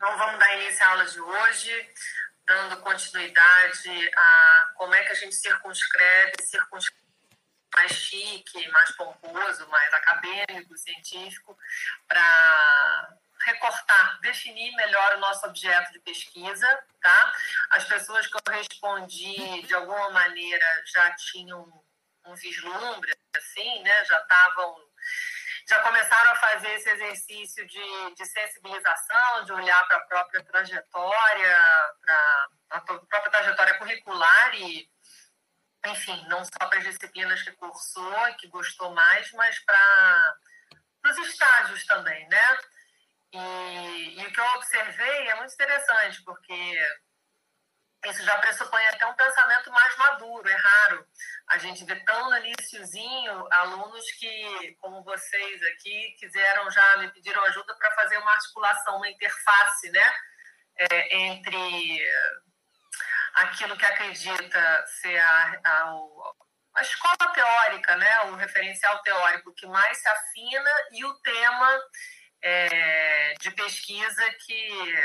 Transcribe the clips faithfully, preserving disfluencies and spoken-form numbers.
Então, vamos dar início à aula de hoje, dando continuidade a como é que a gente circunscreve, circunscreve mais chique, mais pomposo, mais acadêmico, científico, para recortar, definir melhor o nosso objeto de pesquisa, tá? As pessoas que eu respondi, de alguma maneira, já tinham um vislumbre, assim, né? Já estavam... já começaram a fazer esse exercício de, de sensibilização, de olhar para a própria trajetória, para a própria trajetória curricular e, enfim, não só para as disciplinas que cursou e que gostou mais, mas para os estágios também, né? E, e o que eu observei é muito interessante, porque isso já pressupõe até um pensamento mais maduro. É raro a gente ver tão no iniciozinho alunos que, como vocês aqui, quiseram já, me pediram ajuda para fazer uma articulação, uma interface, né, é, entre aquilo que acredita ser a, a, a escola teórica, né, o referencial teórico que mais se afina e o tema é, de pesquisa que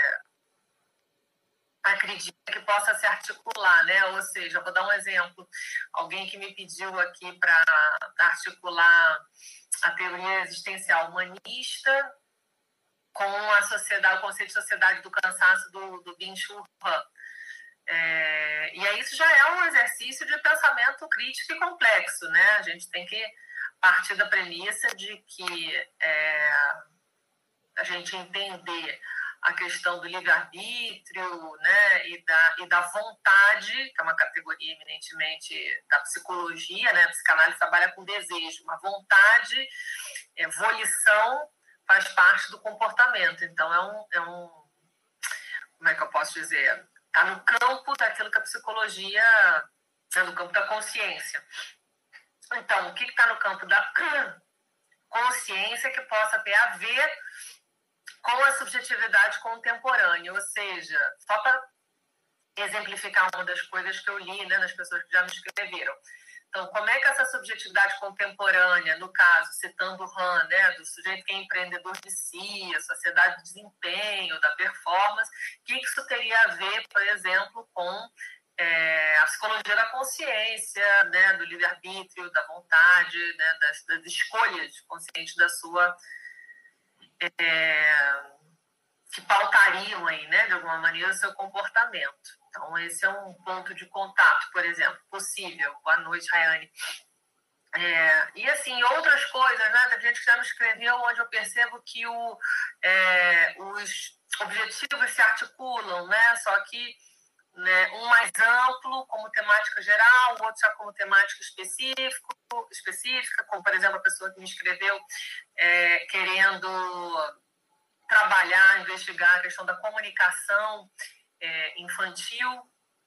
acredita que possa se articular, né? Ou seja, vou dar um exemplo. Alguém que me pediu aqui para articular a teoria existencial humanista com a sociedade, o conceito de sociedade do cansaço do, do Byung-Chul Han. É, e aí isso já é um exercício de pensamento crítico e complexo, né? A gente tem que partir da premissa de que é, a gente entender a questão do livre-arbítrio, né, e, da, e da vontade, que é uma categoria eminentemente da psicologia, né, a psicanálise trabalha com desejo, uma vontade, é, volição faz parte do comportamento, então é um, é um, como é que eu posso dizer, está no campo daquilo que a psicologia, é no campo da consciência. Então, o que está no campo da consciência que possa ter a ver com a subjetividade contemporânea, ou seja, só para exemplificar uma das coisas que eu li, né, nas pessoas que já me escreveram. Então, como é que essa subjetividade contemporânea, no caso, citando o Han, né, do sujeito que é empreendedor de si, a sociedade do desempenho, da performance, o que isso teria a ver, por exemplo, com é, a psicologia da consciência, né, do livre-arbítrio, da vontade, né, das, das escolhas conscientes da sua... É, que pautariam aí, né, de alguma maneira, o seu comportamento. Então, esse é um ponto de contato, por exemplo, possível. Boa noite, Rayane. É, e, assim, outras coisas, né? Tem gente que já me escreveu onde eu percebo que o, é, os objetivos se articulam, né? Só que né, um mais amplo, como temática geral, o outro já como temática específico, específica, como, por exemplo, a pessoa que me escreveu é, querendo trabalhar, investigar a questão da comunicação é, infantil,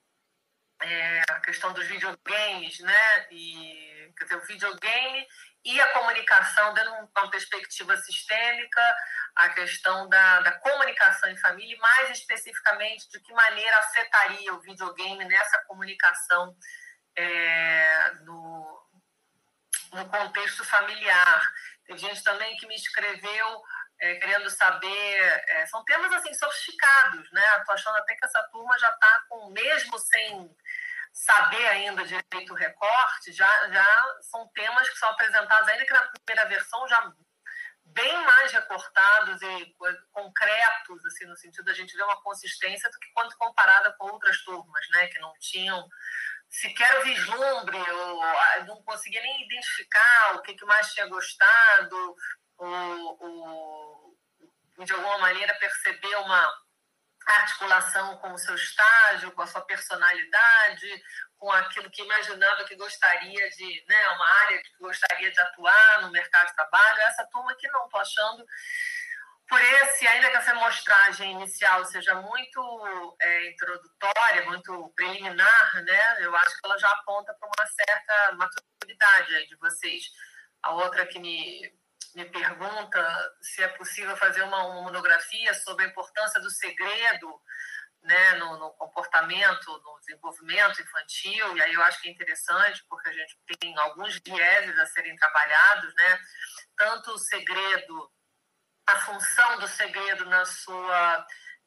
é, a questão dos videogames, né? E, quer dizer, o videogame e a comunicação dando uma perspectiva sistêmica, a questão da, da comunicação em família, e mais especificamente de que maneira afetaria o videogame nessa comunicação é, no, no contexto familiar. Tem gente também que me escreveu É, querendo saber, é, são temas assim sofisticados, né? Estou achando até que essa turma já está com, mesmo sem saber ainda direito o recorte, já, já são temas que são apresentados, ainda que na primeira versão, já bem mais recortados e concretos, assim, no sentido de a gente ver uma consistência do que quando comparada com outras turmas, né? Que não tinham sequer o vislumbre, ou não conseguia nem identificar o que, que mais tinha gostado, ou, ou de alguma maneira perceber uma articulação com o seu estágio, com a sua personalidade, com aquilo que imaginava que gostaria de, né, uma área que gostaria de atuar no mercado de trabalho. Essa turma que não estou achando, por esse, ainda que essa mostragem inicial seja muito é, introdutória, muito preliminar, né, eu acho que ela já aponta para uma certa maturidade aí de vocês. A outra que me, me pergunta se é possível fazer uma, uma monografia sobre a importância do segredo, né, no, no comportamento, no desenvolvimento infantil, e aí eu acho que é interessante, porque a gente tem alguns vieses a serem trabalhados, né, tanto o segredo, a função do segredo na sua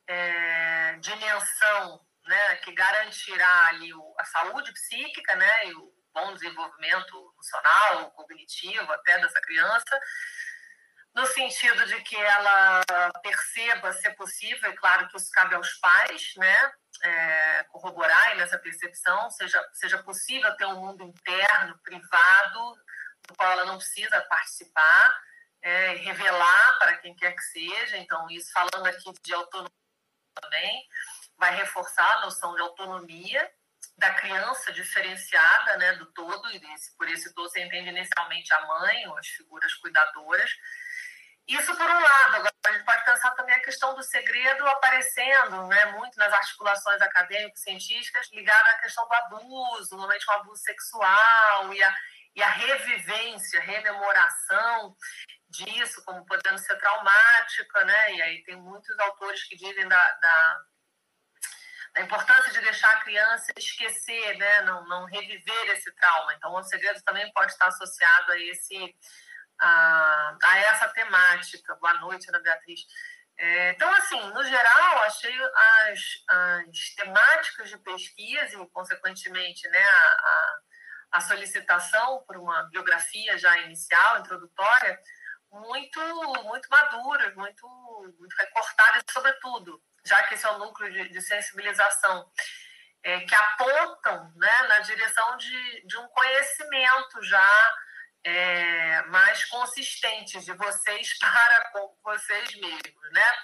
é, dimensão, né, que garantirá ali o, a saúde psíquica, né, e o bom desenvolvimento emocional, cognitivo até dessa criança, no sentido de que ela perceba se é possível, é claro que isso cabe aos pais, né, é, corroborarem nessa percepção, seja, seja possível ter um mundo interno, privado, do qual ela não precisa participar, é, revelar para quem quer que seja. Então, isso falando aqui de autonomia também, vai reforçar a noção de autonomia da criança diferenciada, né, do todo, e desse, por esse todo você entende inicialmente a mãe ou as figuras cuidadoras. Isso por um lado. Agora a gente pode pensar também a questão do segredo aparecendo, né, muito nas articulações acadêmicas, científicas, ligada à questão do abuso, normalmente o abuso sexual e a, e a revivência, rememoração disso, como podendo ser traumática, né? E aí tem muitos autores que dizem da, da, da importância de deixar a criança esquecer, né? Não, não reviver esse trauma. Então, o segredo também pode estar associado a esse a, a essa temática. Boa noite, Ana Beatriz. É, então, assim, no geral, achei as, as temáticas de pesquisa e, consequentemente, né, a, a, a solicitação por uma biografia já inicial, introdutória, muito, muito maduras, muito, muito recortadas, sobretudo, já que esse é o núcleo de, de sensibilização, é, que apontam, né, na direção de, de um conhecimento já é, mais consistente de vocês para com vocês mesmos, né?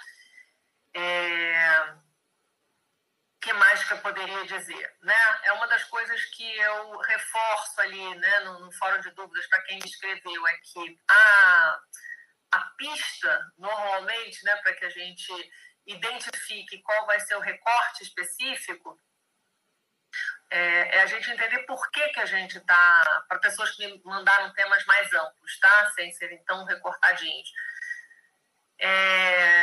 É, que mais que eu poderia dizer, né? É uma das coisas que eu reforço ali, né, no, no fórum de dúvidas para quem me escreveu, é que a, a pista, normalmente, né, para que a gente identifique qual vai ser o recorte específico, é, é a gente entender por que, que a gente está, para pessoas que me mandaram temas mais amplos, tá? Sem serem tão recortadinhos. É,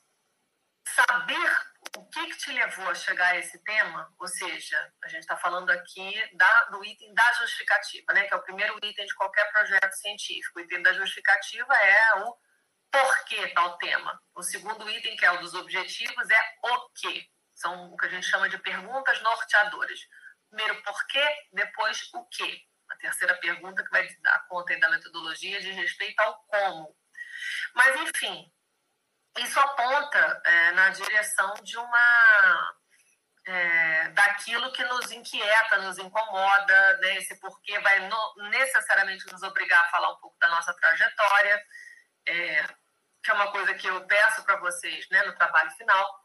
saber o que, que te levou a chegar a esse tema, ou seja, a gente está falando aqui da, do item da justificativa, né, que é o primeiro item de qualquer projeto científico. O item da justificativa é o porquê tal tema. O segundo item, que é o dos objetivos, é o quê. São o que a gente chama de perguntas norteadoras. Primeiro, porquê, depois, o quê. A terceira pergunta, que vai dar conta da metodologia, diz respeito ao como. Mas, enfim, isso aponta é, na direção de uma... É, daquilo que nos inquieta, nos incomoda, né? Esse porquê vai no, necessariamente nos obrigar a falar um pouco da nossa trajetória, é, que é uma coisa que eu peço para vocês, né, no trabalho final,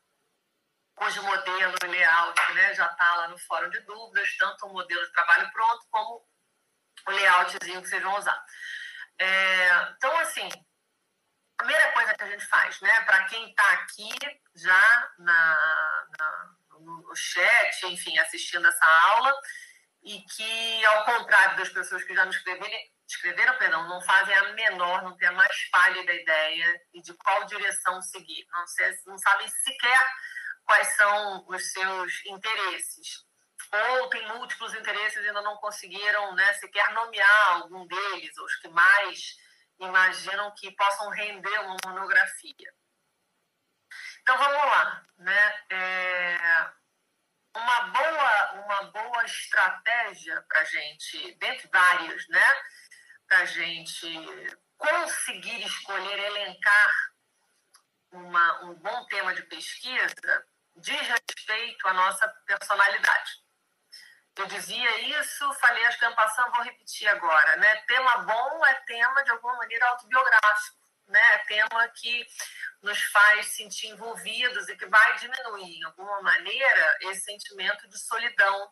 cujo modelo e layout, né, já está lá no fórum de dúvidas, tanto o modelo de trabalho pronto como o layoutzinho que vocês vão usar. É, então, assim, a primeira coisa que a gente faz, né, para quem está aqui já na, na, no chat, enfim, assistindo essa aula, e que, ao contrário das pessoas que já me escreveram, escreveram, perdão, não fazem a menor, não tem a mais pálida ideia de qual direção seguir. Não, sei, não sabem sequer quais são os seus interesses. Ou tem múltiplos interesses e ainda não conseguiram, né, sequer nomear algum deles, os que mais imaginam que possam render uma monografia. Então, vamos lá, né? É... Uma boa, uma boa estratégia para a gente, dentre várias, né, para a gente conseguir escolher, elencar uma, um bom tema de pesquisa, diz respeito à nossa personalidade. Eu dizia isso, falei acho que ano passado, vou repetir agora, né? Tema bom é tema, de alguma maneira, autobiográfico, né? É tema que nos faz sentir envolvidos e que vai diminuir, de alguma maneira, esse sentimento de solidão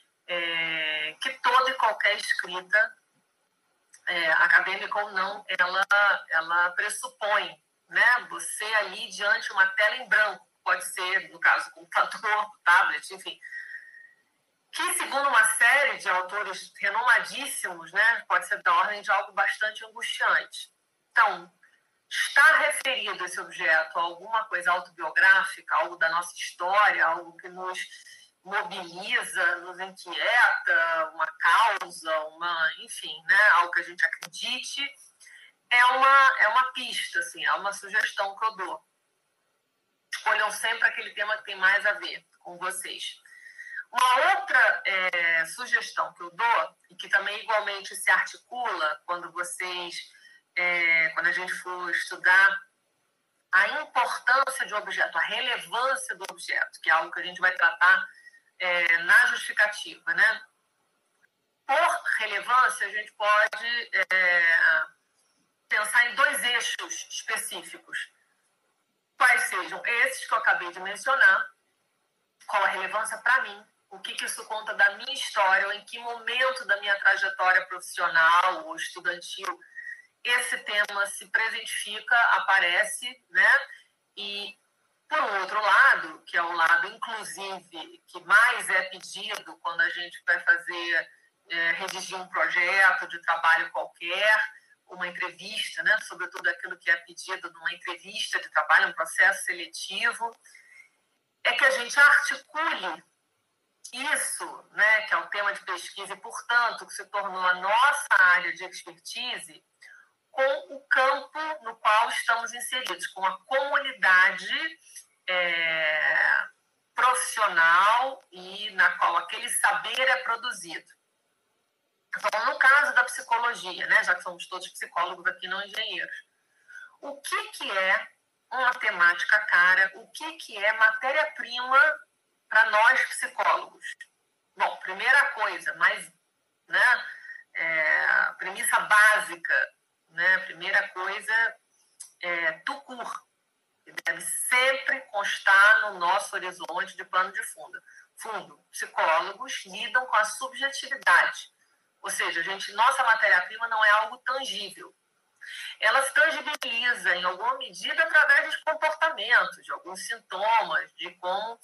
é, que toda e qualquer escrita, é, acadêmica ou não, ela, ela pressupõe, né? Você ali diante de uma tela em branco, pode ser, no caso, computador, tablet, enfim, que, segundo uma série de autores renomadíssimos, né, pode ser da ordem de algo bastante angustiante. Então, está referido esse objeto a alguma coisa autobiográfica, algo da nossa história, algo que nos mobiliza, nos inquieta, uma causa, uma, enfim, né, algo que a gente acredite, é uma, é uma pista, assim, é uma sugestão que eu dou. escolham sempre aquele tema que tem mais a ver com vocês. Uma outra é, sugestão que eu dou, e que também igualmente se articula quando vocês, é, quando a gente for estudar a importância de um objeto, a relevância do objeto, que é algo que a gente vai tratar é, na justificativa, né? Por relevância, a gente pode é, pensar em dois eixos específicos. Quais sejam esses que eu acabei de mencionar, qual a relevância para mim, o que, que isso conta da minha história, ou em que momento da minha trajetória profissional ou estudantil esse tema se presentifica, aparece, né? E, por um outro lado, que é o lado, inclusive, que mais é pedido quando a gente vai fazer, é, redigir um projeto de trabalho qualquer, uma entrevista, né? Sobretudo aquilo que é pedido numa entrevista de trabalho, um processo seletivo, é que a gente articule isso, né, que é o tema de pesquisa e, portanto, que se tornou a nossa área de expertise, com o campo no qual estamos inseridos, com a comunidade é, profissional e na qual aquele saber é produzido. Então, no caso da psicologia, né, já que somos todos psicólogos aqui, não engenheiros, o que, que é uma temática cara, o que, que é matéria-prima para nós psicólogos? Bom, primeira coisa, mas, né, é, premissa básica, né, primeira coisa é tucur, que deve sempre constar no nosso horizonte de plano de fundo. Fundo, psicólogos lidam com a subjetividade, ou seja, a gente, nossa matéria-prima não é algo tangível. Ela se tangibiliza em alguma medida através dos comportamentos, de alguns sintomas, de como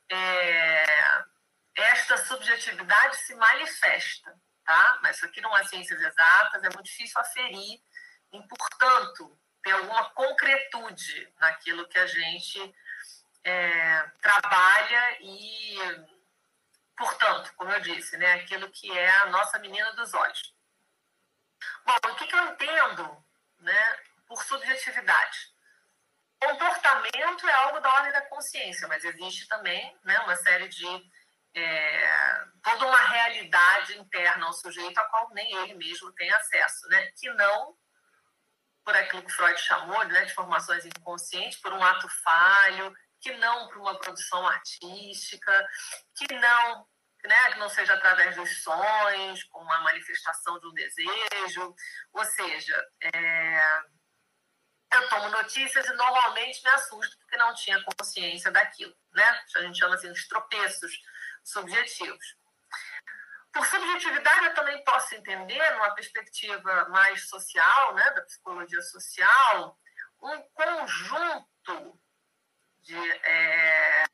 é, esta subjetividade se manifesta, tá? Mas isso aqui não é ciências exatas, é muito difícil aferir, e, portanto, ter alguma concretude naquilo que a gente é, trabalha e, portanto, como eu disse, né, aquilo que é a nossa menina dos olhos. Bom, o que, que eu entendo, né, por subjetividade? Comportamento é algo da ordem da consciência, mas existe também, né, uma série de... É, toda uma realidade interna ao sujeito a qual nem ele mesmo tem acesso, né, que não por aquilo que Freud chamou, né, de formações inconscientes, por um ato falho, que não por uma produção artística, que não, né, que não seja através dos sonhos, com uma manifestação de um desejo. Ou seja, é, eu tomo notícias e normalmente me assusto porque não tinha consciência daquilo, né? A gente chama assim os tropeços subjetivos. Por subjetividade, eu também posso entender, numa perspectiva mais social, né, da psicologia social, um conjunto de é,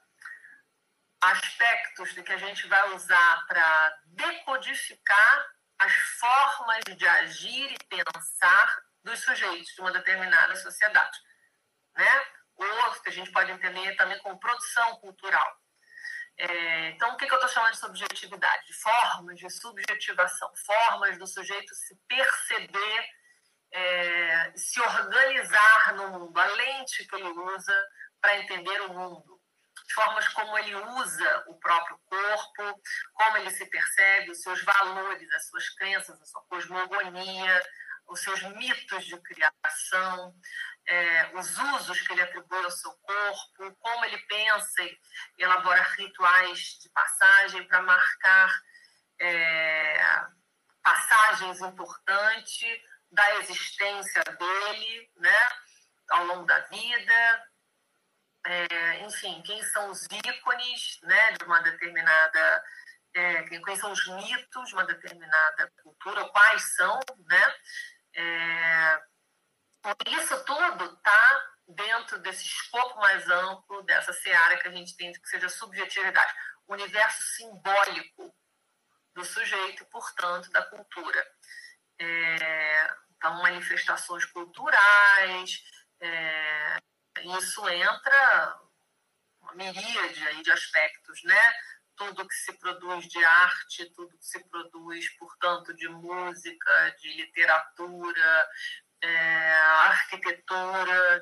aspectos de que a gente vai usar para decodificar as formas de agir e pensar dos sujeitos de uma determinada sociedade, né? Ou que a gente pode entender também como produção cultural. É, então, o que, que eu estou chamando de subjetividade? Formas de subjetivação, formas do sujeito se perceber, é, se organizar no mundo, a lente que ele usa para entender o mundo, formas como ele usa o próprio corpo, como ele se percebe, os seus valores, as suas crenças, a sua cosmogonia, os seus mitos de criação, é, os usos que ele atribui ao seu corpo, como ele pensa e elabora rituais de passagem para marcar é, passagens importantes da existência dele, né, ao longo da vida. É, enfim, quem são os ícones, né, de uma determinada... É, quem são os mitos de uma determinada cultura, quais são, né? É, isso tudo está dentro desse escopo mais amplo, dessa seara que a gente tem que seja subjetividade, o universo simbólico do sujeito, portanto, da cultura. É, então, manifestações culturais, é, isso entra uma miríade aí de aspectos, né? Tudo que se produz de arte, tudo que se produz, portanto, de música, de literatura, é, arquitetura, de,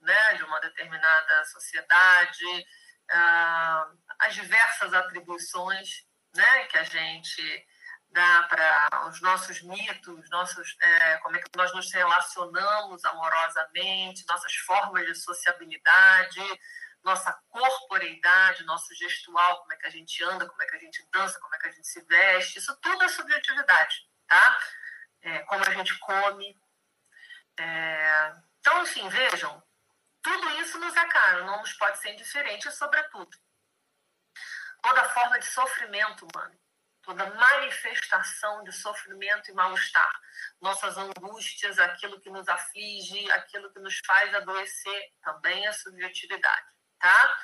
né, de uma determinada sociedade, ah, as diversas atribuições, né, que a gente dá para os nossos mitos, nossos, é, como é que nós nos relacionamos amorosamente, nossas formas de sociabilidade, nossa corporeidade, nosso gestual, como é que a gente anda, como é que a gente dança, como é que a gente se veste, isso tudo é subjetividade, tá? É, como a gente come. É... Então, enfim, vejam, tudo isso nos é caro, não nos pode ser indiferente, e, sobretudo, toda forma de sofrimento humano, toda manifestação de sofrimento e mal-estar, nossas angústias, aquilo que nos aflige, aquilo que nos faz adoecer, também é subjetividade, tá?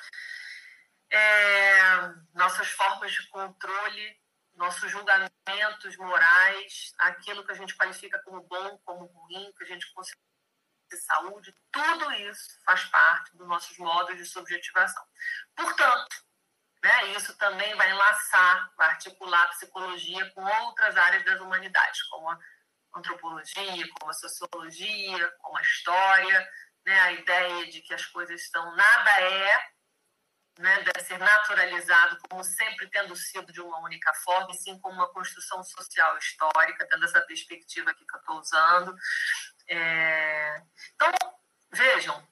É, nossas formas de controle, nossos julgamentos morais, aquilo que a gente qualifica como bom, como ruim, que a gente considera de saúde, tudo isso faz parte dos nossos modos de subjetivação. Portanto, né, isso também vai enlaçar, vai articular a psicologia com outras áreas das humanidades, como a antropologia, como a sociologia, como a história, né, a ideia de que as coisas estão, nada é, né, deve ser naturalizado como sempre tendo sido de uma única forma, e sim como uma construção social histórica, tendo essa perspectiva aqui que eu estou usando. É... Então, vejam,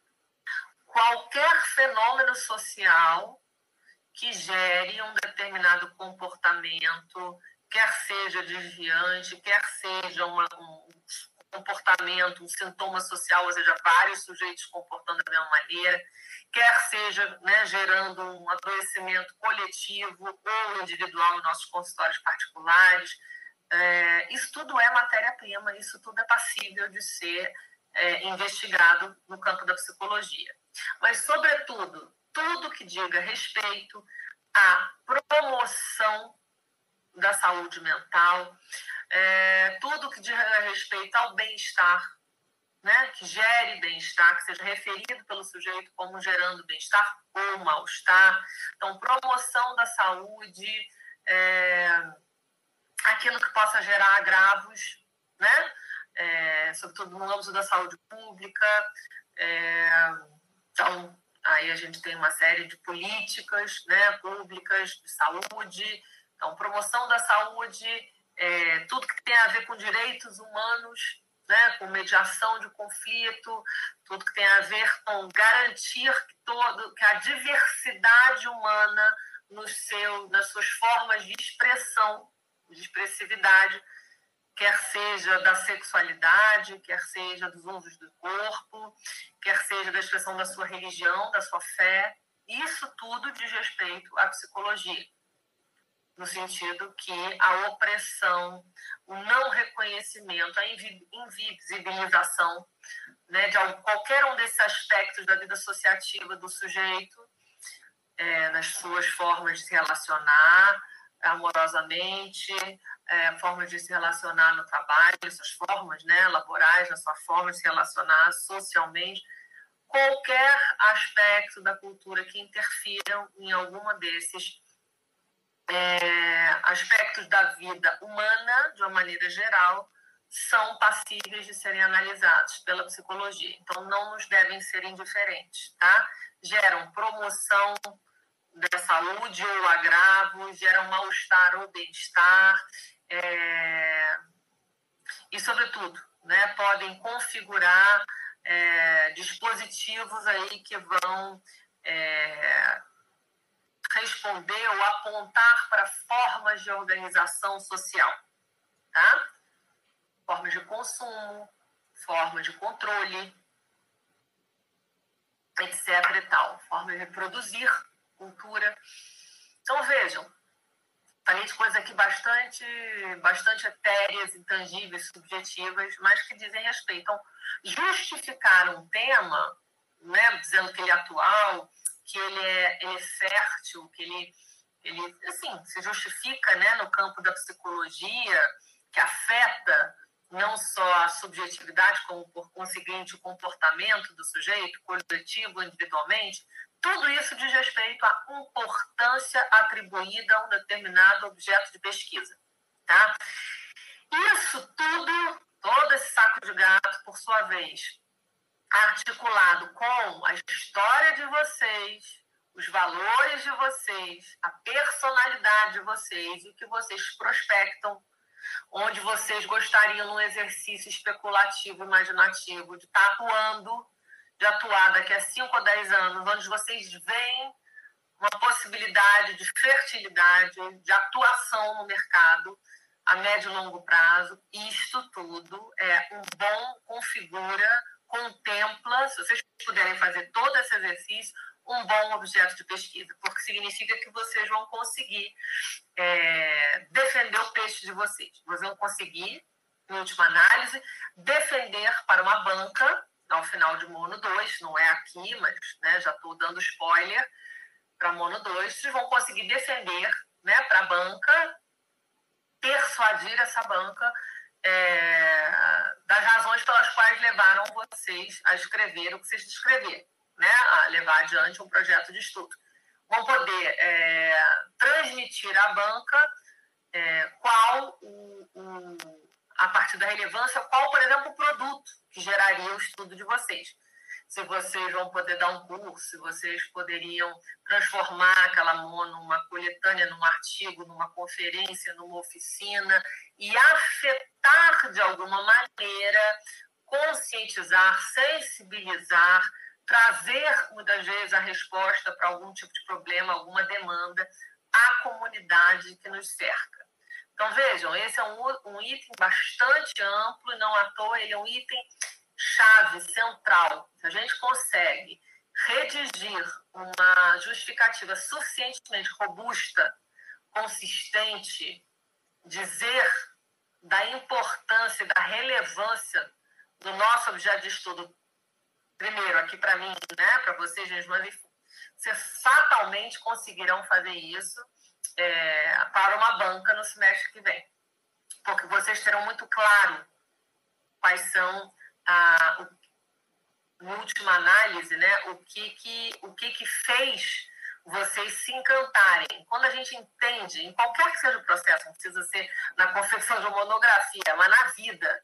qualquer fenômeno social que gere um determinado comportamento, quer seja desviante, quer seja uma, um comportamento, um sintoma social, ou seja, vários sujeitos comportando da mesma maneira, quer seja, né, gerando um adoecimento coletivo ou individual em nossos consultórios particulares. É, isso tudo é matéria-prima, isso tudo é passível de ser é, investigado no campo da psicologia. Mas, sobretudo, tudo que diga respeito à promoção da saúde mental, é, tudo que diga respeito ao bem-estar, né, que gere bem-estar, que seja referido pelo sujeito como gerando bem-estar ou mal-estar. Então, promoção da saúde, é, aquilo que possa gerar agravos, né, é, sobretudo no âmbito da saúde pública. É, então, aí a gente tem uma série de políticas, né, públicas de saúde. Então, promoção da saúde, é, tudo que tem a ver com direitos humanos, né, com mediação de conflito, tudo que tem a ver com garantir que, todo, que a diversidade humana no seu, nas suas formas de expressão, de expressividade, quer seja da sexualidade, quer seja dos usos do corpo, quer seja da expressão da sua religião, da sua fé, isso tudo diz respeito à psicologia, no sentido que a opressão, o não reconhecimento, a invisibilização, né, de qualquer um desses aspectos da vida associativa do sujeito, é, nas suas formas de se relacionar amorosamente, é, formas de se relacionar no trabalho, suas formas, né, laborais, na sua forma de se relacionar socialmente, qualquer aspecto da cultura que interfiram em alguma desses é, aspectos da vida humana, de uma maneira geral, são passíveis de serem analisados pela psicologia. Então, não nos devem ser indiferentes, tá? Geram promoção da saúde ou agravo, geram mal-estar ou bem-estar, é, e, sobretudo, né, podem configurar é, dispositivos aí que vão é, responder ou apontar para formas de organização social, tá? Formas de consumo, formas de controle, etc e tal, formas de reproduzir cultura. Então, vejam, falei de coisas aqui bastante, bastante etéreas, intangíveis, subjetivas, mas que dizem respeito. Então, justificar um tema, né, dizendo que ele é atual, que ele é, ele é fértil, que ele, ele assim, se justifica, né, no campo da psicologia, que afeta não só a subjetividade, como, por conseguinte, o comportamento do sujeito, coletivo, individualmente. Tudo isso diz respeito à importância atribuída a um determinado objeto de pesquisa, tá? Isso tudo, todo esse saco de gato, por sua vez, articulado com a história de vocês, os valores de vocês, a personalidade de vocês e o que vocês prospectam, onde vocês gostariam num exercício especulativo, imaginativo, de estar atuando, de atuar daqui a cinco ou dez anos, onde vocês veem uma possibilidade de fertilidade, de atuação no mercado a médio e longo prazo. Isto tudo é um bom configura, contempla, se vocês puderem fazer todo esse exercício, um bom objeto de pesquisa, porque significa que vocês vão conseguir é, defender o peixe de vocês. Vocês vão conseguir, em última análise, defender para uma banca, ao final de Mono dois, não é aqui, mas né, já estou dando spoiler, para Mono dois, vocês vão conseguir defender né, para a banca, persuadir essa banca é, das razões pelas quais levaram vocês a escrever o que vocês descreveram, né, a levar adiante um projeto de estudo. Vão poder é, transmitir à banca é, qual, o, o, a partir da relevância, qual, por exemplo, o produto que geraria o estudo de vocês. Se vocês vão poder dar um curso, se vocês poderiam transformar aquela mono numa coletânea, num artigo, numa conferência, numa oficina e afetar de alguma maneira, conscientizar, sensibilizar, trazer muitas vezes a resposta para algum tipo de problema, alguma demanda à comunidade que nos cerca. Então vejam, esse é um, um item bastante amplo e não à toa ele é um item chave, central. Se a gente consegue redigir uma justificativa suficientemente robusta, consistente, dizer da importância e da relevância do nosso objeto de estudo, primeiro aqui para mim, né, para vocês mesmos, mas enfim, vocês fatalmente conseguirão fazer isso é, para uma banca no semestre que vem, porque vocês terão muito claro quais são a, o, em última análise, né, o que que, o que que fez vocês se encantarem. Quando a gente entende, em qualquer que seja o processo, não precisa ser na confecção de uma monografia, mas na vida,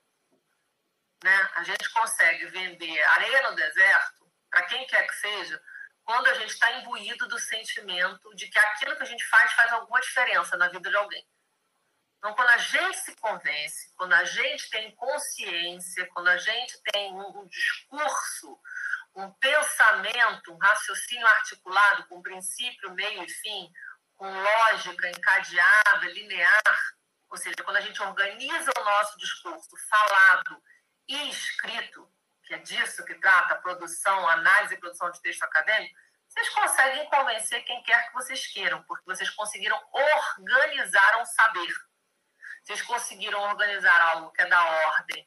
né, a gente consegue vender areia no deserto, para quem quer que seja, quando a gente está imbuído do sentimento de que aquilo que a gente faz faz alguma diferença na vida de alguém. Então, quando a gente se convence, quando a gente tem consciência, quando a gente tem um, um discurso, um pensamento, um raciocínio articulado com princípio, meio e fim, com lógica encadeada, linear, ou seja, quando a gente organiza o nosso discurso falado e escrito, que é disso que trata a produção, a análise e produção de texto acadêmico, vocês conseguem convencer quem quer que vocês queiram, porque vocês conseguiram organizar um saber. Vocês conseguiram organizar algo que é da ordem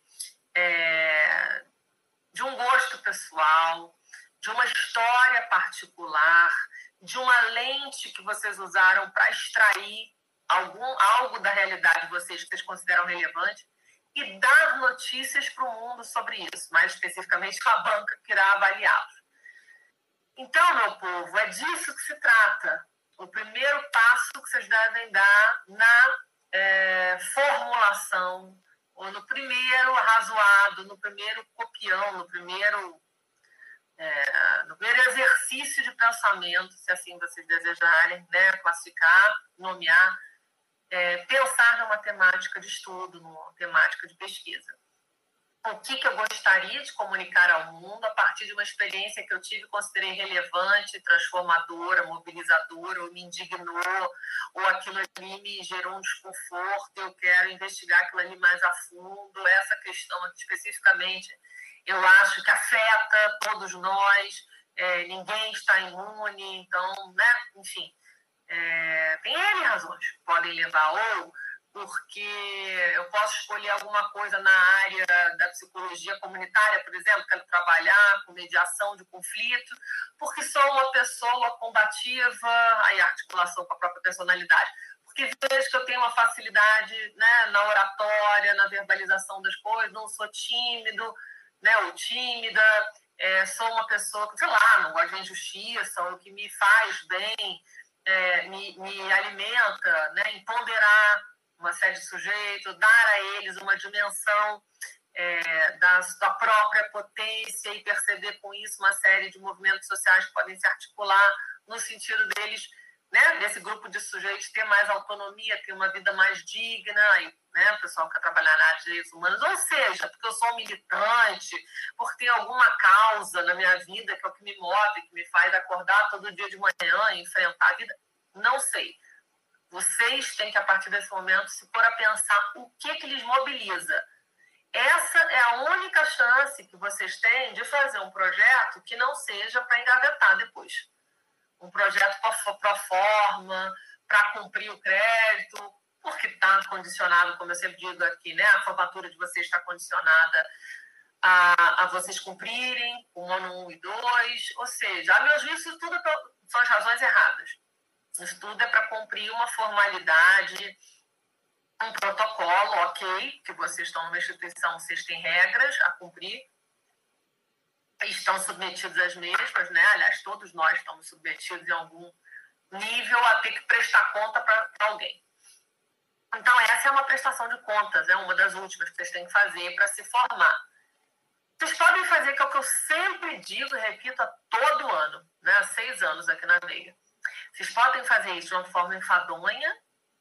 é, de um gosto pessoal, de uma história particular, de uma lente que vocês usaram para extrair algum, algo da realidade de vocês que vocês consideram relevante e dar notícias para o mundo sobre isso, mais especificamente com a banca que irá avaliá-los. Então, meu povo, é disso que se trata. O primeiro passo que vocês devem dar na é, formulação, ou no primeiro arrazoado, no primeiro copião, no primeiro, é, no primeiro exercício de pensamento, se assim vocês desejarem, né, classificar, nomear, é, pensar numa temática de estudo, numa temática de pesquisa. O que, que eu gostaria de comunicar ao mundo a partir de uma experiência que eu tive, considerei relevante, transformadora, mobilizadora, ou me indignou, ou aquilo ali me gerou um desconforto, eu quero investigar aquilo ali mais a fundo. Essa questão aqui especificamente, eu acho que afeta todos nós, é, ninguém está imune, então, né, enfim, é, tem N razões que podem levar, ou porque eu posso escolher alguma coisa na área da psicologia comunitária, por exemplo, quero trabalhar com mediação de conflito, porque sou uma pessoa combativa, aí articulação com a própria personalidade, porque vejo que eu tenho uma facilidade, né, na oratória, na verbalização das coisas, não sou tímido, né, ou tímida, é, sou uma pessoa que, sei lá, não gosto de injustiça, o que me faz bem, é, me, me alimenta, né, empoderar uma série de sujeitos, dar a eles uma dimensão é, da, da própria potência e perceber com isso uma série de movimentos sociais que podem se articular no sentido deles, né, desse grupo de sujeitos ter mais autonomia, ter uma vida mais digna, e, né, o pessoal que quer trabalhar na área de direitos humanos, ou seja, porque eu sou um militante, porque tem alguma causa na minha vida que é o que me move, que me faz acordar todo dia de manhã e enfrentar a vida, não sei. Vocês têm que, a partir desse momento, se pôr a pensar o que, que lhes mobiliza. Essa é a única chance que vocês têm de fazer um projeto que não seja para engavetar depois. Um projeto pro forma, para cumprir o crédito, porque está condicionado, como eu sempre digo aqui, né? A formatura de vocês está condicionada a, a vocês cumprirem o ano um e dois, ou seja, a meu juízo, isso tudo é pra, são as razões erradas. Isso tudo é para cumprir uma formalidade, um protocolo, ok, que vocês estão numa instituição, vocês têm regras a cumprir, estão submetidos às mesmas, né? Aliás, todos nós estamos submetidos em algum nível a ter que prestar conta para alguém. Então, essa é uma prestação de contas, é uma das últimas que vocês têm que fazer para se formar. Vocês podem fazer, que é o que eu sempre digo e repito a todo ano, né? Há seis anos aqui na Meia. Vocês podem fazer isso de uma forma enfadonha,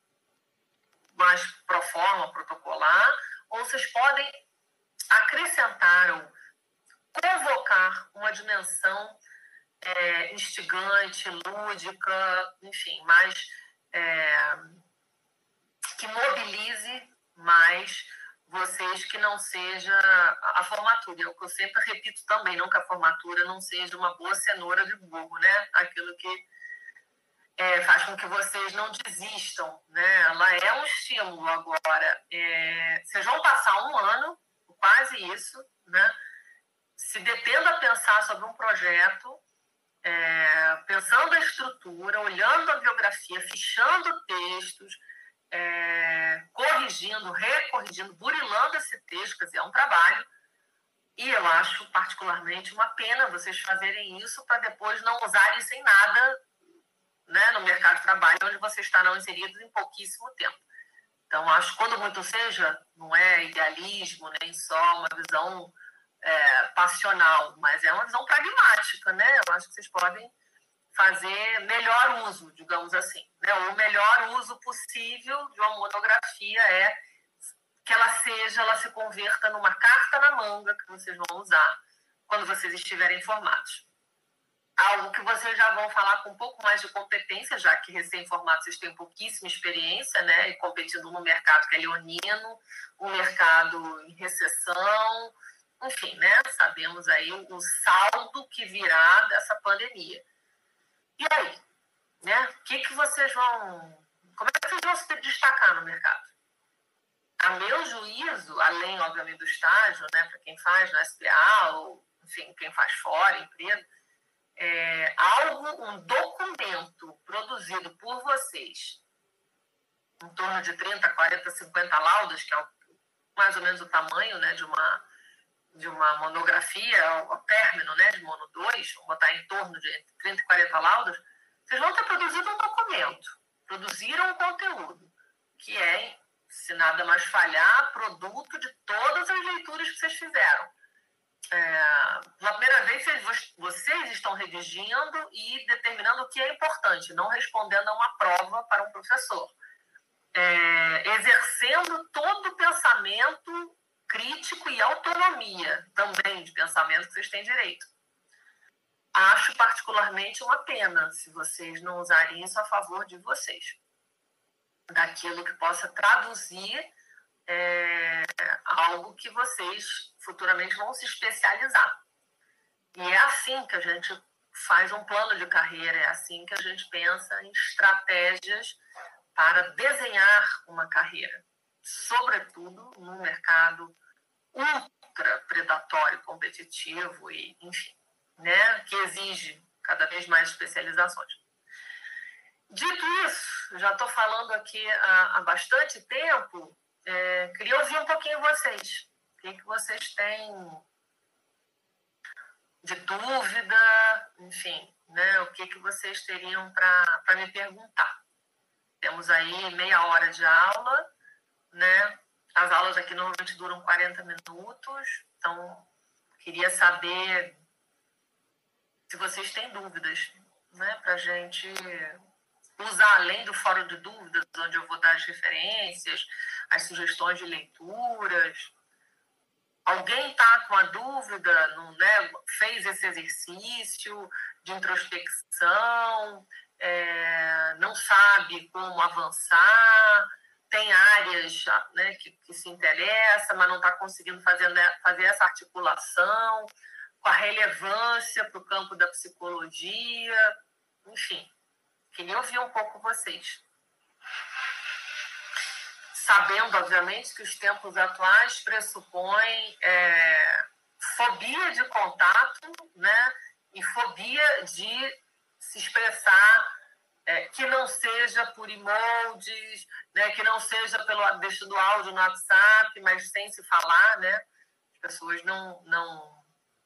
mais pro forma, protocolar, ou vocês podem acrescentar ou convocar uma dimensão é, instigante, lúdica, enfim, mais é, que mobilize mais vocês, que não seja a formatura. É o que eu sempre repito também, não que a formatura não seja uma boa cenoura de burro, né? Aquilo que É, faz com que vocês não desistam, né? Ela é um estímulo agora. É, vocês vão passar um ano, quase isso, né? Se detendo a pensar sobre um projeto, é, pensando a estrutura, olhando a biografia, fichando textos, é, corrigindo, recorrigindo, burilando esse texto, quer dizer, é um trabalho. E eu acho particularmente uma pena vocês fazerem isso para depois não usarem isso em nada, né, no mercado de trabalho, onde vocês estarão inseridos em pouquíssimo tempo. Então, acho que quando muito seja, não é idealismo, nem só uma visão é, passional, mas é uma visão pragmática, né? Eu acho que vocês podem fazer melhor uso, digamos assim, né? O melhor uso possível de uma monografia é que ela seja, ela se converta numa carta na manga que vocês vão usar quando vocês estiverem formados. Algo que vocês já vão falar com um pouco mais de competência, já que recém-formados vocês têm pouquíssima experiência, né? E competindo no mercado que é leonino, um mercado em recessão, enfim, né? Sabemos aí o saldo que virá dessa pandemia. E aí, né? O que, que vocês vão... Como é que vocês vão se destacar no mercado? A meu juízo, além, obviamente, do estágio, né? Para quem faz no S P A, ou, enfim, quem faz fora, empresa, É, algo, um documento produzido por vocês, em torno de trinta, quarenta, cinquenta laudas, que é mais ou menos o tamanho, né, de, uma, de uma monografia, o término, né, de mono dois, vou botar em torno de trinta e quarenta laudas, vocês vão ter produzido um documento, produziram um conteúdo, que é, se nada mais falhar, produto de todas as leituras que vocês fizeram. É, pela primeira vez, vocês estão redigindo e determinando o que é importante, não respondendo a uma prova para um professor. É, exercendo todo o pensamento crítico e autonomia também de pensamento que vocês têm direito. Acho particularmente uma pena se vocês não usarem isso a favor de vocês. Daquilo que possa traduzir É, algo que vocês futuramente vão se especializar. E é assim que a gente faz um plano de carreira, é assim que a gente pensa em estratégias para desenhar uma carreira, sobretudo num mercado ultra predatório, competitivo e, enfim, né, que exige cada vez mais especializações. Dito isso, já estou falando aqui há, há bastante tempo. É, queria ouvir um pouquinho vocês. O que, que vocês têm de dúvida, enfim, né? O que, que vocês teriam para me perguntar. Temos aí meia hora de aula, né? As aulas aqui normalmente duram quarenta minutos, então queria saber se vocês têm dúvidas, né, para a gente usar, além do fórum de dúvidas, onde eu vou dar as referências, as sugestões de leituras. Alguém está com a dúvida, não, né, fez esse exercício de introspecção, é, não sabe como avançar, tem áreas, né, que, que se interessa, mas não está conseguindo fazer, né, fazer essa articulação com a relevância para o campo da psicologia, enfim. Queria ouvir um pouco vocês. Sabendo, obviamente, que os tempos atuais pressupõem é, fobia de contato, né, e fobia de se expressar, é, que não seja por emojis, né, que não seja pelo deixo do áudio no WhatsApp, mas sem se falar, né? As pessoas não... não...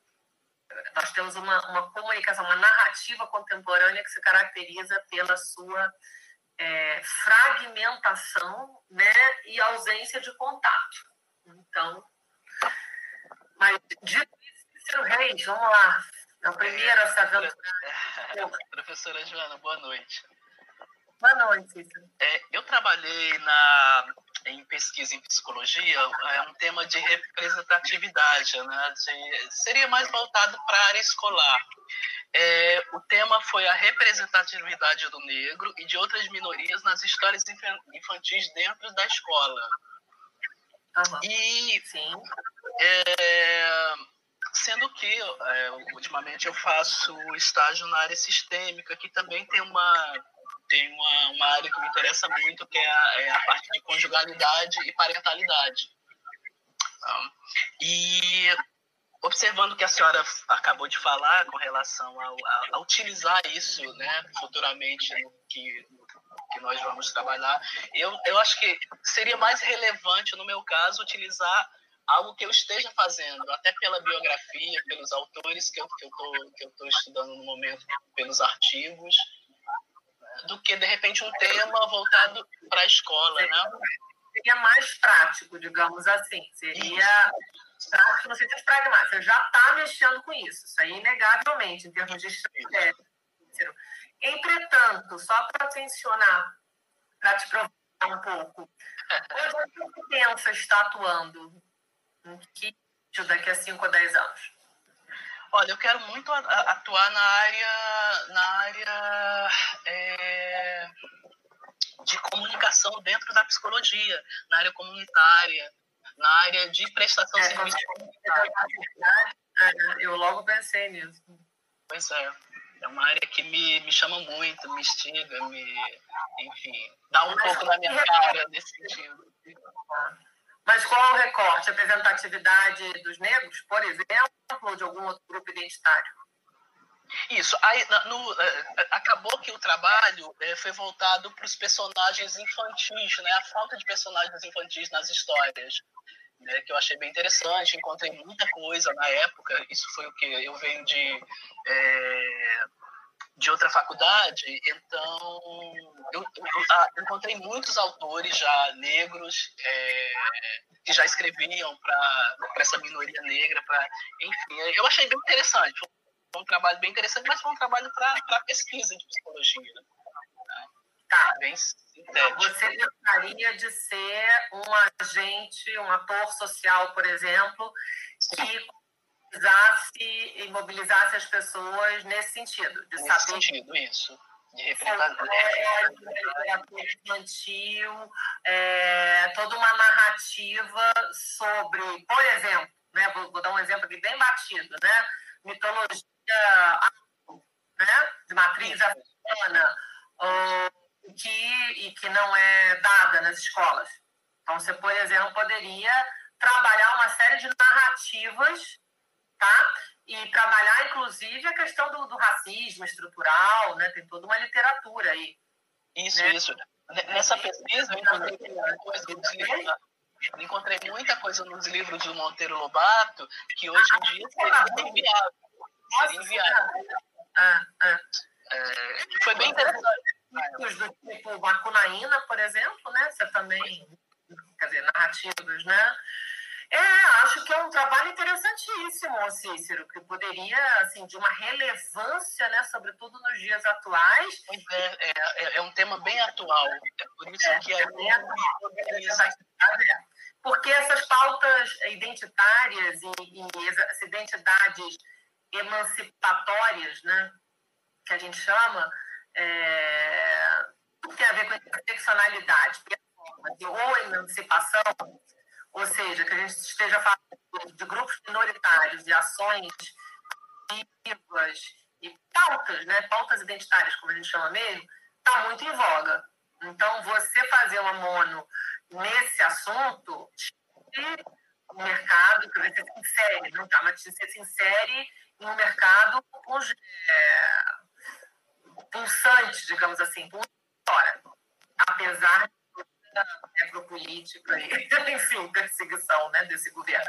Nós temos uma, uma comunicação, uma narrativa contemporânea que se caracteriza pela sua é, fragmentação, né, e ausência de contato. Então, mas dito isso, Cícero Reis, vamos lá. A primeira essa aventura. Professora Joana, boa noite. Boa noite, Cícero. É, eu trabalhei na, em pesquisa em psicologia, é um tema de representatividade, né? De, seria mais voltado para a área escolar. É, o tema foi a representatividade do negro e de outras minorias nas histórias infantis dentro da escola. Uhum. E, Sim. É, sendo que, é, ultimamente, eu faço estágio na área sistêmica, que também tem uma... tem uma, uma área que me interessa muito, que é a, é a parte de conjugalidade e parentalidade. Um, e observando o que a senhora acabou de falar com relação ao, a, a utilizar isso, né, futuramente no que, no que nós vamos trabalhar, eu, eu acho que seria mais relevante, no meu caso, utilizar algo que eu esteja fazendo, até pela biografia, pelos autores que eu estou que eu tô estudando no momento, pelos artigos, do que, de repente, um tema voltado para a escola, seria, né? Seria mais prático, digamos assim. Seria isso. Prático no sentido pragmático. Você já está mexendo com isso. Isso aí, inegavelmente, em termos de estratégia. Entretanto, só para tensionar, para te provocar um pouco, hoje você pensa estar atuando em que daqui a cinco ou dez anos? Olha, eu quero muito atuar na área, na área é, de comunicação dentro da psicologia, na área comunitária, na área de prestação de é, serviço comunitário. Eu logo pensei nisso. Pois é, é uma área que me, me chama muito, me instiga, me, enfim, dá um Mas pouco na minha cara nesse sentido. Mas qual é o recorte? A representatividade dos negros, por exemplo, ou de algum outro grupo identitário? Isso. Aí, no, acabou que o trabalho foi voltado para os personagens infantis, né? A falta de personagens infantis nas histórias, né? Que eu achei bem interessante. Encontrei muita coisa na época. Isso foi o que eu venho de... É... de outra faculdade, então eu, eu, eu encontrei muitos autores já negros é, que já escreviam para essa minoria negra, pra, enfim, eu achei bem interessante, foi um trabalho bem interessante, mas foi um trabalho para pesquisa de psicologia. Né? Tá. Bem sintético. Você gostaria de ser um agente, um ator social, por exemplo, que mobilizasse e mobilizasse as pessoas nesse sentido, de nesse saber sentido, isso, de representar literatura infantil, é, toda uma narrativa sobre, por exemplo, né, vou, vou dar um exemplo aqui bem batido, né, mitologia, né, de matriz africana, ou, que, e que não é dada nas escolas. Então, você, por exemplo, poderia trabalhar uma série de narrativas, tá? E trabalhar, inclusive, a questão do, do racismo estrutural, né? Tem toda uma literatura aí. Isso, né? isso. Nessa pesquisa, eu encontrei muita coisa nos livros, eu encontrei muita coisa nos livros do Monteiro Lobato que hoje em dia seria inviável. Seria inviável. Ah, ah. É, foi bem interessante. Livros do tipo Macunaína, por exemplo, né? Você também... dizer, narrativas, né? É, acho que é um trabalho interessantíssimo, Cícero, que poderia, assim, de uma relevância, né, sobretudo nos dias atuais. É, é, é um tema bem atual, é por isso é, que é é bem atual. Porque essas pautas identitárias e, e essas identidades emancipatórias, né, que a gente chama, é, tudo tem a ver com interseccionalidade, ou emancipação, ou seja, que a gente esteja falando de grupos minoritários, de ações vivas e pautas, né, pautas identitárias, como a gente chama mesmo, está muito em voga. Então, você fazer uma mono nesse assunto, o mercado, que você se insere, não tá, mas você se insere em um mercado é, pulsante, digamos assim, fora, apesar da necropolítica e, enfim, perseguição, né, desse governo.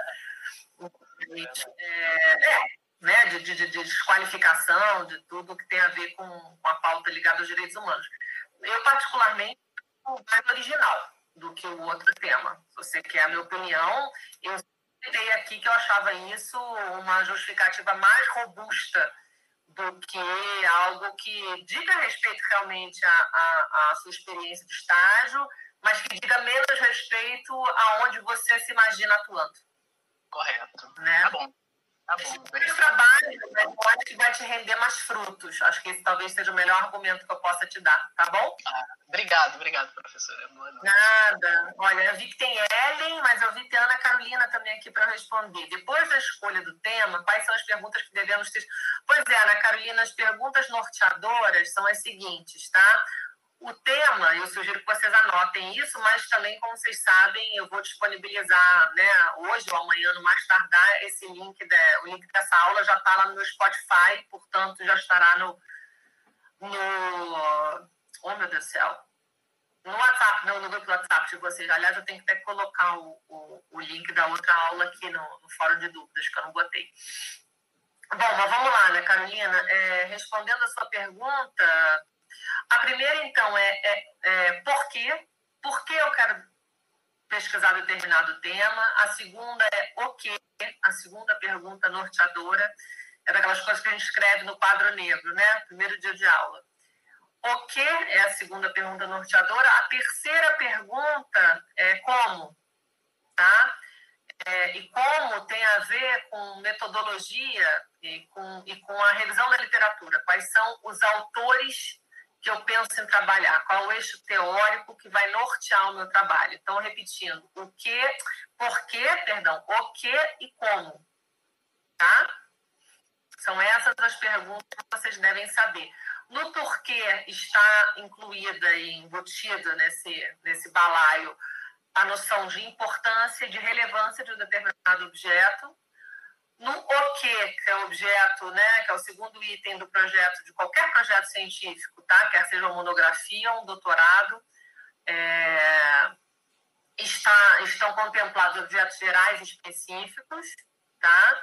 É, é, né, de, de, de desqualificação, de tudo que tem a ver com, com a pauta ligada aos direitos humanos. Eu, particularmente, sou mais original do que o outro tema. Se você quer a minha opinião, eu citei aqui que eu achava isso uma justificativa mais robusta do que algo que diga respeito realmente à, à, à sua experiência de estágio, mas que diga menos respeito aonde você se imagina atuando. Correto. Né? Tá bom. Tá bom. O trabalho, né, eu acho que vai te render mais frutos. Acho que esse talvez seja o melhor argumento que eu possa te dar, tá bom? Ah, obrigado, obrigado, professora. Boa noite. Nada. Olha, eu vi que tem Ellen, mas eu vi que tem Ana Carolina também aqui para responder. Depois da escolha do tema, quais são as perguntas que devemos ter? Pois é, Ana Carolina, as perguntas norteadoras são as seguintes, tá? O tema, eu sugiro que vocês anotem isso, mas também, como vocês sabem, eu vou disponibilizar, né, hoje ou amanhã, no mais tardar, esse link, de, o link dessa aula já está lá no meu Spotify, portanto, já estará no, no... Oh, meu Deus do céu! No WhatsApp, não, no grupo do WhatsApp de vocês. Aliás, eu tenho que até colocar o, o, o link da outra aula aqui no, no fórum de dúvidas, que eu não botei. Bom, mas vamos lá, né, Carolina? É, respondendo a sua pergunta... A primeira, então, é, é, é por quê? Por que eu quero pesquisar determinado tema? A segunda é o quê? A segunda pergunta norteadora é daquelas coisas que a gente escreve no quadro negro, né? Primeiro dia de aula. O que é a segunda pergunta norteadora? A terceira pergunta é como, tá? É, e como tem a ver com metodologia e com, e com a revisão da literatura. Quais são os autores que eu penso em trabalhar, qual o eixo teórico que vai nortear o meu trabalho. Então, repetindo, o que, por quê, perdão, o que e como, tá? São essas as perguntas que vocês devem saber. No porquê está incluída e embutida nesse, nesse balaio a noção de importância e de relevância de um determinado objeto. No o que, que é o objeto, né, que é o segundo item do projeto, de qualquer projeto científico, tá? Quer seja uma monografia, um doutorado, é, está, estão contemplados objetos gerais específicos, tá?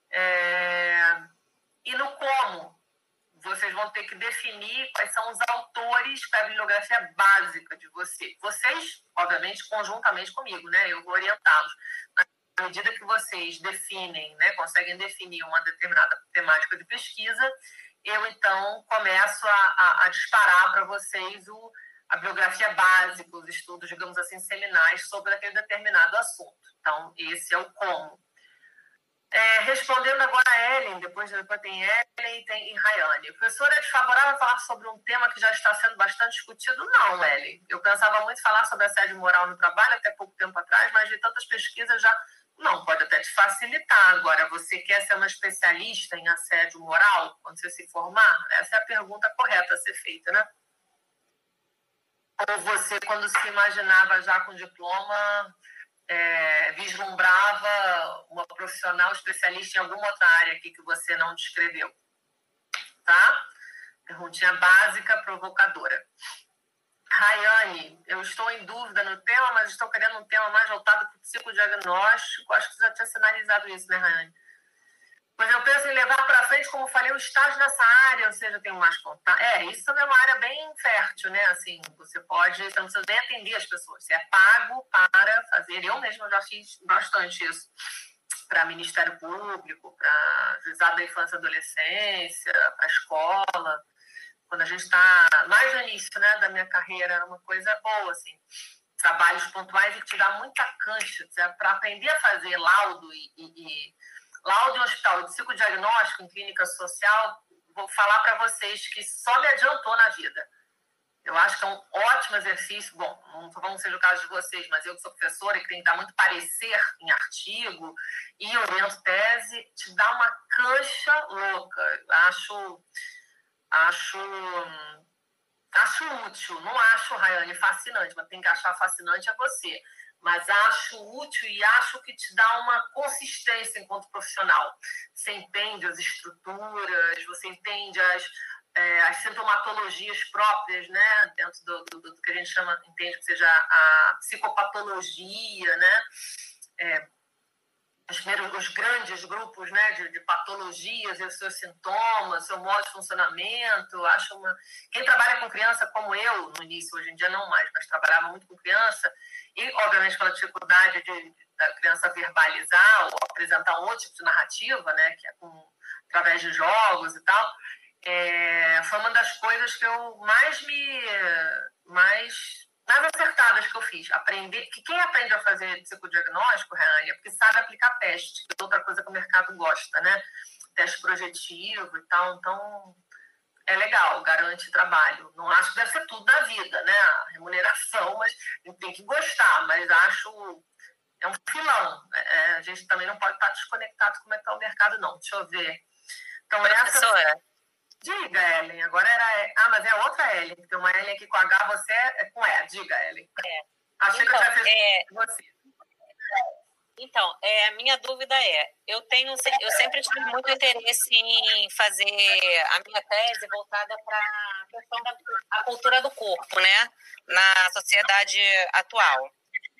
É, e no como, vocês vão ter que definir quais são os autores da bibliografia básica de você. Vocês, obviamente, conjuntamente comigo, né? Eu vou orientá-los. À medida que vocês definem, né, conseguem definir uma determinada temática de pesquisa, eu, então, começo a, a, a disparar para vocês o, a bibliografia básica, os estudos, digamos assim, seminais sobre aquele determinado assunto. Então, esse é o como. É, respondendo agora a Ellen, depois, depois tem Ellen e tem Rayane. Professora, é desfavorável falar sobre um tema que já está sendo bastante discutido? Não, Ellen. Eu pensava muito em falar sobre assédio moral no trabalho até pouco tempo atrás, mas de tantas pesquisas já... Não, pode até te facilitar. Agora, você quer ser uma especialista em assédio moral quando você se formar? Essa é a pergunta correta a ser feita, né? Ou você, quando se imaginava já com diploma, é, vislumbrava uma profissional especialista em alguma outra área aqui que você não descreveu? Tá? Perguntinha básica, provocadora. Rayane, eu estou em dúvida no tema, mas estou querendo um tema mais voltado para o psicodiagnóstico. Acho que você já tinha sinalizado isso, né, Rayane? Pois eu penso em levar para frente, como falei, o estágio nessa área, ou seja, tenho mais contato. É, isso também é uma área bem fértil, né? Assim, você pode, você não precisa nem atender as pessoas, você é pago para fazer. Eu mesma já fiz bastante isso para Ministério Público, para Juizado da Infância e Adolescência, para a escola. Quando a gente está mais no início, né, da minha carreira, é uma coisa boa, assim. Trabalhos pontuais e que te dá muita cancha, para aprender a fazer laudo e, e, e laudo em hospital de psicodiagnóstico em clínica social, vou falar para vocês que só me adiantou na vida. Eu acho que é um ótimo exercício. Bom, não vamos ser o caso de vocês, mas eu que sou professora e que tenho que dar muito parecer em artigo e oriento tese, te dá uma cancha louca. Acho, acho, acho útil. Não acho, Rayane, fascinante, mas tem que achar fascinante é você. Mas acho útil e acho que te dá uma consistência enquanto profissional. Você entende as estruturas, você entende as, é, as sintomatologias próprias, né? Dentro do, do, do que a gente chama, entende que seja a psicopatologia, né? É, os, primeiros, os grandes grupos, né, de, de patologias e os seus sintomas, seu modo de funcionamento. Acho uma... Quem trabalha com criança, como eu, no início, hoje em dia não mais, mas trabalhava muito com criança, e, obviamente, pela dificuldade de, da criança verbalizar ou apresentar um outro tipo de narrativa, né, que é com, através de jogos e tal, é, foi uma das coisas que eu mais me... mais... mais acertadas que eu fiz. Aprender, que quem aprende a fazer psicodiagnóstico, Rayane, é porque sabe aplicar teste, que é outra coisa que o mercado gosta, né? Teste projetivo e tal. Então, é legal, garante trabalho. Não acho que deve ser tudo da vida, né? A remuneração, mas tem que gostar, mas acho... É um filão. É, a gente também não pode estar desconectado com como é que está o mercado, não. Deixa eu ver. Então, essa... Diga, Ellen. Agora era... Ah, mas é outra Ellen. Tem uma Ellen aqui com H, você é com E. Diga, Ellen. É. Achei então, que eu tinha feito é... você. Então, é, a minha dúvida é, eu tenho, eu sempre tive muito interesse em fazer a minha tese voltada para a questão da a cultura do corpo, né, na sociedade atual.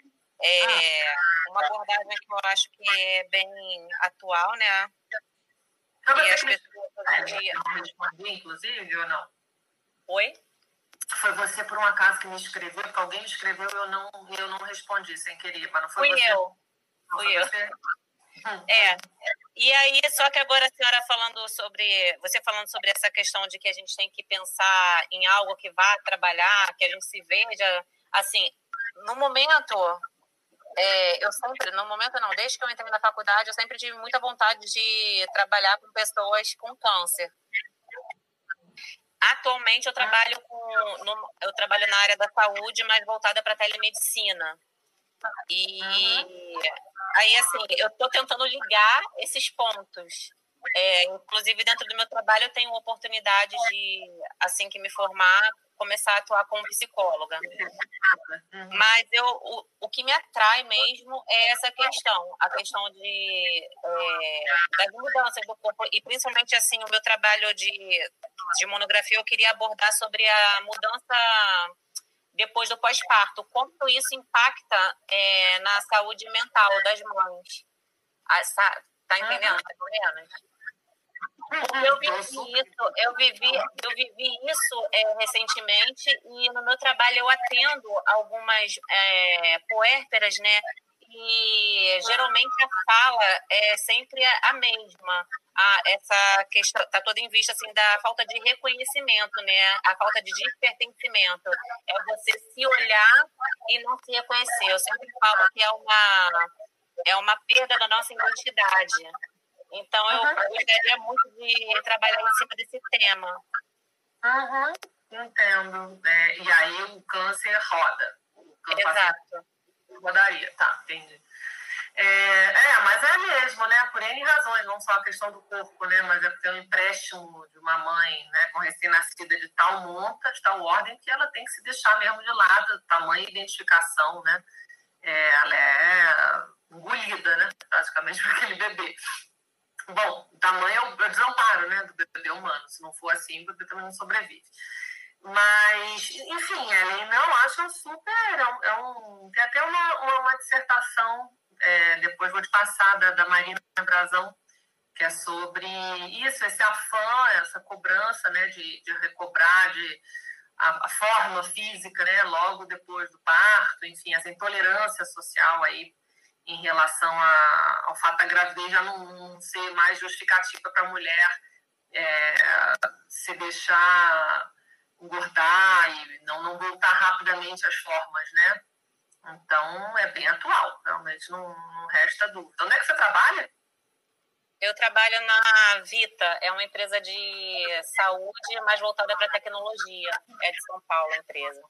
É uma abordagem que eu acho que é bem atual, né? Então, e as me... pessoas hoje em dia... Respondi, inclusive, ou não? Oi? Foi você, por um acaso, que me escreveu, porque alguém me escreveu e eu não, eu não respondi sem querer, mas não foi Fui você? eu. Não Fui foi eu. Você? É. E aí, só que agora a senhora falando sobre... Você falando sobre essa questão de que a gente tem que pensar em algo que vá trabalhar, que a gente se veja... Assim, no momento... É, eu sempre, no momento não, desde que eu entrei na faculdade, eu sempre tive muita vontade de trabalhar com pessoas com câncer. Atualmente eu trabalho com, no, eu trabalho na área da saúde, mas voltada para telemedicina. E uhum. aí, assim, eu estou tentando ligar esses pontos. É, inclusive, dentro do meu trabalho, eu tenho oportunidade de, assim que me formar, começar a atuar como psicóloga. Uhum. Mas eu, o, o que me atrai mesmo é essa questão, a questão de, é, das mudanças do corpo. E principalmente, assim, o meu trabalho de, de monografia, eu queria abordar sobre a mudança depois do pós-parto. Como isso impacta é, na saúde mental das mães. Ah, tá entendendo? Tá entendendo? Eu vivi isso, eu vivi, eu vivi isso é, recentemente e no meu trabalho eu atendo algumas é, puérperas, né? E geralmente a fala é sempre a mesma. A, essa questão está toda em vista assim, da falta de reconhecimento, né? A falta de pertencimento. É você se olhar e não se reconhecer. Eu sempre falo que é uma, é uma perda da nossa identidade. Então, eu uhum. gostaria muito de trabalhar em cima desse tema. Uhum. Entendo. É, e aí o câncer roda. O câncer Exato. Rodaria, tá, entendi. É, é, mas é mesmo, né? Por N razões, não só a questão do corpo, né? Mas é porque é um empréstimo de uma mãe, né, com recém-nascida de tal monta, de tal ordem, que ela tem que se deixar mesmo de lado, tamanho identificação, né? É, ela é engolida, né? Praticamente por aquele bebê. Bom, o tamanho é o desamparo, né, do bebê humano. Se não for assim, o bebê também não sobrevive. Mas, enfim, Ellen, não, acho super... É um, é um, tem até uma, uma, uma dissertação, é, depois vou te passar, da, da Marina Brazão, que é sobre isso, esse afã, essa cobrança, né, de, de recobrar de, a, a forma física, né, logo depois do parto, enfim, essa intolerância social aí em relação a, ao fato da gravidez já não, não ser mais justificativa para a mulher é, se deixar engordar e não, não voltar rapidamente às formas, né? Então, é bem atual, realmente não, não resta dúvida. Onde é que você trabalha? Eu trabalho na Vita, é uma empresa de saúde, mais voltada para tecnologia. É de São Paulo a empresa.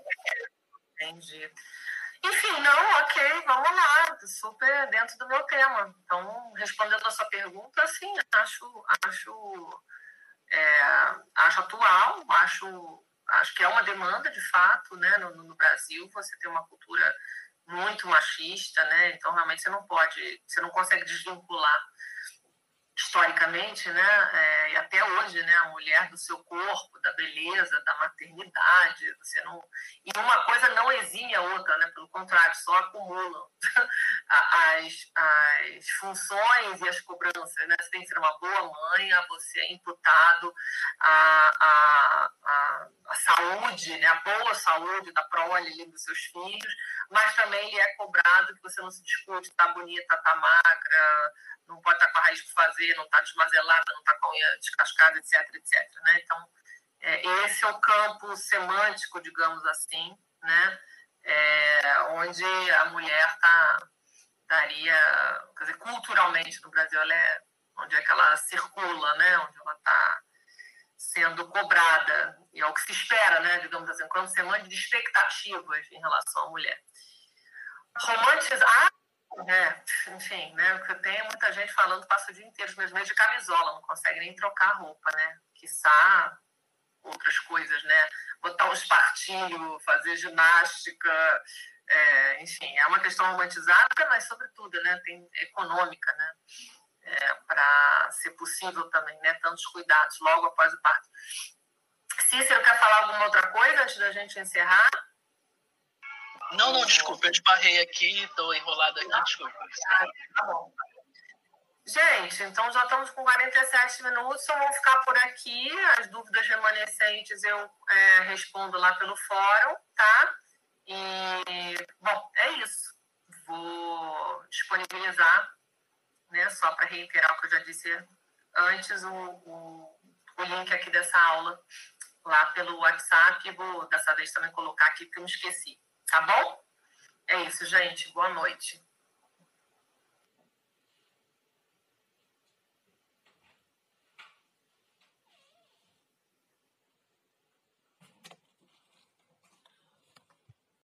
Entendi. Enfim, não, ok, vamos lá, super dentro do meu tema. Então, respondendo a sua pergunta, sim, acho, acho, é, acho atual, acho, acho que é uma demanda, de fato, né, no, no Brasil, você tem uma cultura muito machista, né, então realmente você não pode, você não consegue desvincular historicamente, né, é, e até hoje, né, a mulher do seu corpo, da beleza, da maternidade, você não... E uma coisa não exime a outra, né, pelo contrário, só acumulam as, as funções e as cobranças, né, você tem que ser uma boa mãe, você é imputado a, a, a, a saúde, né, a boa saúde da prole dos seus filhos, mas também lhe é cobrado que você não se discute, tá bonita, tá magra, não pode estar com a raiz por fazer, não está desmazelada, não está com a unha descascada, etc, etc, né? Então, é, esse é o campo semântico, digamos assim, né? É, onde a mulher está, estaria, quer dizer, culturalmente no Brasil, ela é, onde é que ela circula, né? Onde ela está sendo cobrada, e é o que se espera, né? Digamos assim, um campo semântico de expectativas em relação à mulher. Romantizar... É, enfim, né? Porque tem muita gente falando, passa o dia inteiro os meus meses de camisola, não consegue nem trocar a roupa, né? Quiçá outras coisas, né? Botar um espartilho, fazer ginástica, é, enfim, é uma questão romantizada, mas sobretudo, né? Tem econômica, né? É, para ser possível também, né? Tantos cuidados logo após o parto. Cícero, quer falar alguma outra coisa antes da gente encerrar? Não, não, desculpa, eu esbarrei aqui, estou enrolada aqui, desculpa. Ah, tá bom. Gente, então já estamos com quarenta e sete minutos, só vou ficar por aqui. As dúvidas remanescentes eu é, respondo lá pelo fórum, tá? E, bom, é isso. Vou disponibilizar, né, só para reiterar o que eu já disse antes, o, o, o link aqui dessa aula lá pelo WhatsApp. Vou dessa vez também colocar aqui, porque eu me esqueci. Tá bom? É isso, gente. Boa noite.